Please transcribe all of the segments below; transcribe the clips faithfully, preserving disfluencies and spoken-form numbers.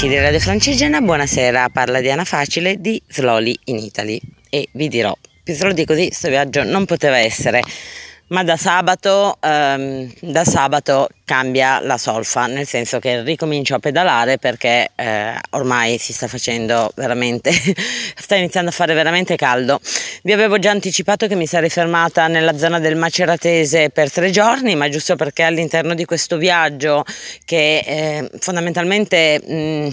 amici di Radio Francigena, buonasera, parla Diana Facile di Slowly in Italy e vi dirò, più se lo dico così, questo viaggio non poteva essere, ma da sabato, ehm, da sabato cambia la solfa, nel senso che ricomincio a pedalare perché eh, ormai si sta facendo veramente, sta iniziando a fare veramente caldo. Vi avevo già anticipato che mi sarei fermata nella zona del Maceratese per tre giorni, ma giusto perché all'interno di questo viaggio che eh, fondamentalmente mh,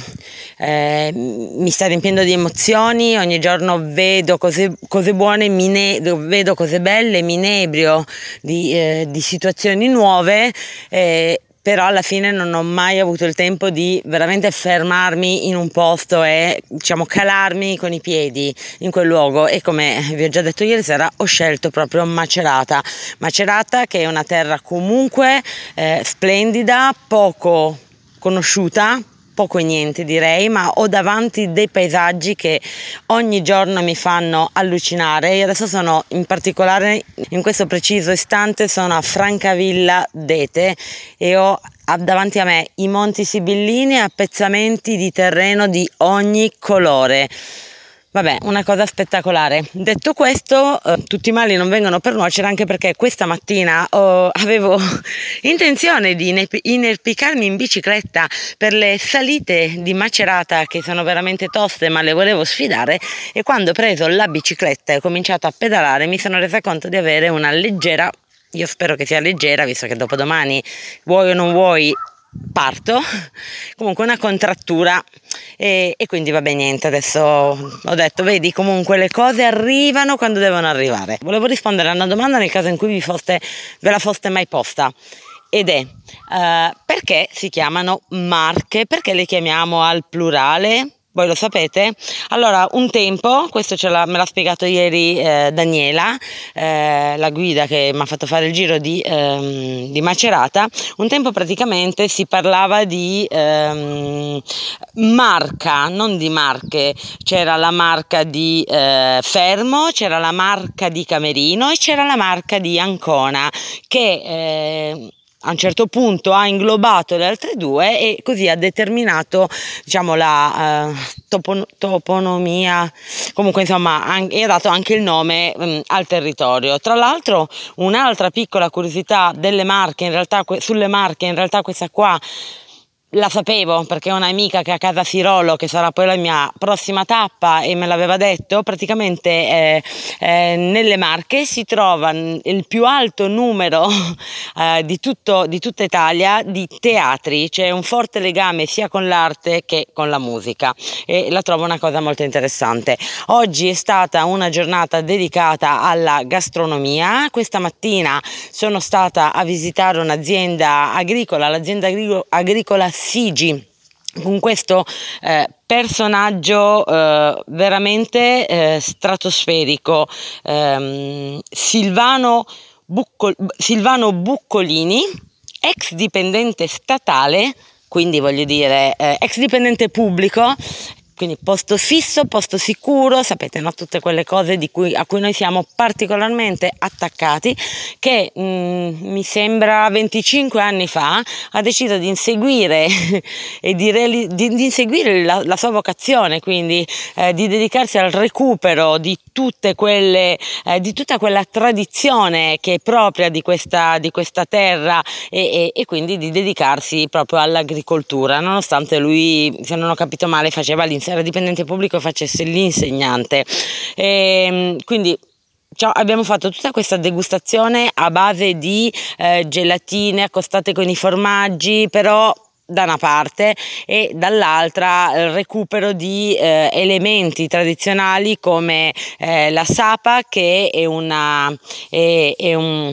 eh, mi sta riempiendo di emozioni, ogni giorno vedo cose, cose buone, mi ne, vedo cose belle, mi inebrio di, eh, di situazioni nuove, eh, però alla fine non ho mai avuto il tempo di veramente fermarmi in un posto e diciamo calarmi con i piedi in quel luogo, e come vi ho già detto ieri sera ho scelto proprio Macerata Macerata che è una terra comunque eh, splendida, poco conosciuta, poco e niente direi, ma ho davanti dei paesaggi che ogni giorno mi fanno allucinare. Io adesso sono, in particolare in questo preciso istante, sono a Francavilla d'Ete e ho davanti a me i Monti Sibillini e appezzamenti di terreno di ogni colore. Vabbè, una cosa spettacolare. Detto questo, eh, tutti i mali non vengono per nuocere, anche perché questa mattina oh, avevo intenzione di inerpicarmi in bicicletta per le salite di Macerata, che sono veramente toste, ma le volevo sfidare, e quando ho preso la bicicletta e ho cominciato a pedalare mi sono resa conto di avere una leggera, io spero che sia leggera, visto che dopodomani, vuoi o non vuoi, parto, comunque una contrattura, e, e quindi vabbè, niente, adesso ho detto, vedi, comunque le cose arrivano quando devono arrivare. Volevo rispondere a una domanda nel caso in cui vi foste, ve la foste mai posta, ed è uh, perché si chiamano Marche, perché le chiamiamo al plurale? Voi lo sapete? Allora, un tempo, questo ce l'ha, me l'ha spiegato ieri eh, Daniela, eh, la guida che mi ha fatto fare il giro di, ehm, di Macerata, un tempo praticamente si parlava di ehm, marca, non di marche, c'era la marca di eh, Fermo, c'era la marca di Camerino e c'era la marca di Ancona, che eh, a un certo punto ha inglobato le altre due e così ha determinato, diciamo, la uh, topon- toponomia, comunque insomma, an- e ha dato anche il nome um, al territorio. Tra l'altro, un'altra piccola curiosità delle Marche, in realtà que- sulle Marche, in realtà questa qua la sapevo perché ho un'amica che ha casa a Sirolo, che sarà poi la mia prossima tappa, e me l'aveva detto. Praticamente eh, eh, nelle Marche si trova il più alto numero eh, di, tutto, di tutta Italia di teatri, c'è un forte legame sia con l'arte che con la musica, e la trovo una cosa molto interessante. Oggi è stata una giornata dedicata alla gastronomia. Questa mattina sono stata a visitare un'azienda agricola, l'azienda agricola Sigi, con questo eh, personaggio eh, veramente eh, stratosferico, ehm, Silvano, Bucco, Silvano Buccolini, ex dipendente statale, quindi voglio dire eh, ex dipendente pubblico, quindi posto fisso, posto sicuro, sapete, no? Tutte quelle cose di cui, a cui noi siamo particolarmente attaccati, che mh, mi sembra venticinque anni fa ha deciso di inseguire e di, reali- di, di inseguire la, la sua vocazione, quindi eh, di dedicarsi al recupero di tutte quelle, eh, di tutta quella tradizione che è propria di questa, di questa terra, e, e, e quindi di dedicarsi proprio all'agricoltura, nonostante lui, se non ho capito male, faceva l'insegnante, era dipendente pubblico e facesse l'insegnante. E quindi ciao, abbiamo fatto tutta questa degustazione a base di eh, gelatine accostate con i formaggi, però da una parte, e dall'altra il recupero di eh, elementi tradizionali come eh, la sapa, che è una è, è un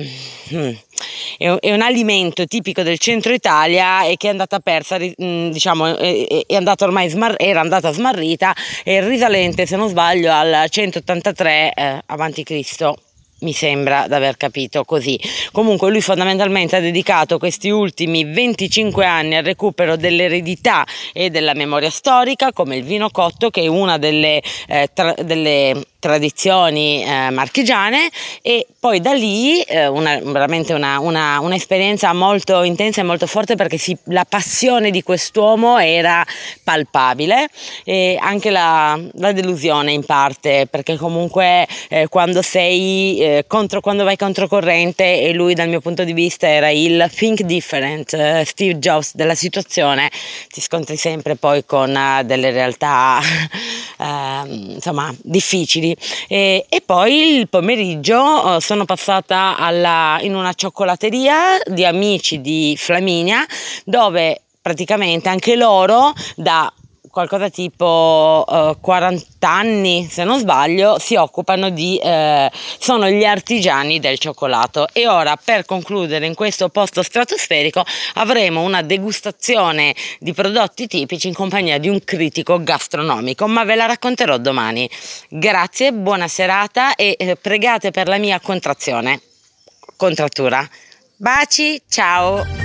è un alimento tipico del centro Italia e che è andata persa, diciamo, è, è andata ormai smar- era andata smarrita, e risalente, se non sbaglio, al centottantatré eh, avanti Cristo. Mi sembra di aver capito così. Comunque lui fondamentalmente ha dedicato questi ultimi venticinque anni al recupero dell'eredità e della memoria storica, come il vino cotto, che è una delle, eh, tra- delle tradizioni eh, marchigiane, e poi da lì eh, una, veramente una, una, un'esperienza molto intensa e molto forte, perché si, la passione di quest'uomo era palpabile, e anche la, la delusione in parte, perché comunque eh, quando sei eh, contro, quando vai controcorrente, e lui dal mio punto di vista era il think different eh, Steve Jobs della situazione, ti scontri sempre poi con uh, delle realtà uh, insomma difficili. E, e poi il pomeriggio uh, sono passata alla, in una cioccolateria di amici di Flaminia, dove praticamente anche loro da qualcosa tipo uh, quaranta anni, se non sbaglio, si occupano di, eh, sono gli artigiani del cioccolato. E ora, per concludere, in questo posto stratosferico avremo una degustazione di prodotti tipici in compagnia di un critico gastronomico, ma ve la racconterò domani. Grazie, buona serata, e eh, pregate per la mia contrazione, contrattura. Baci, ciao!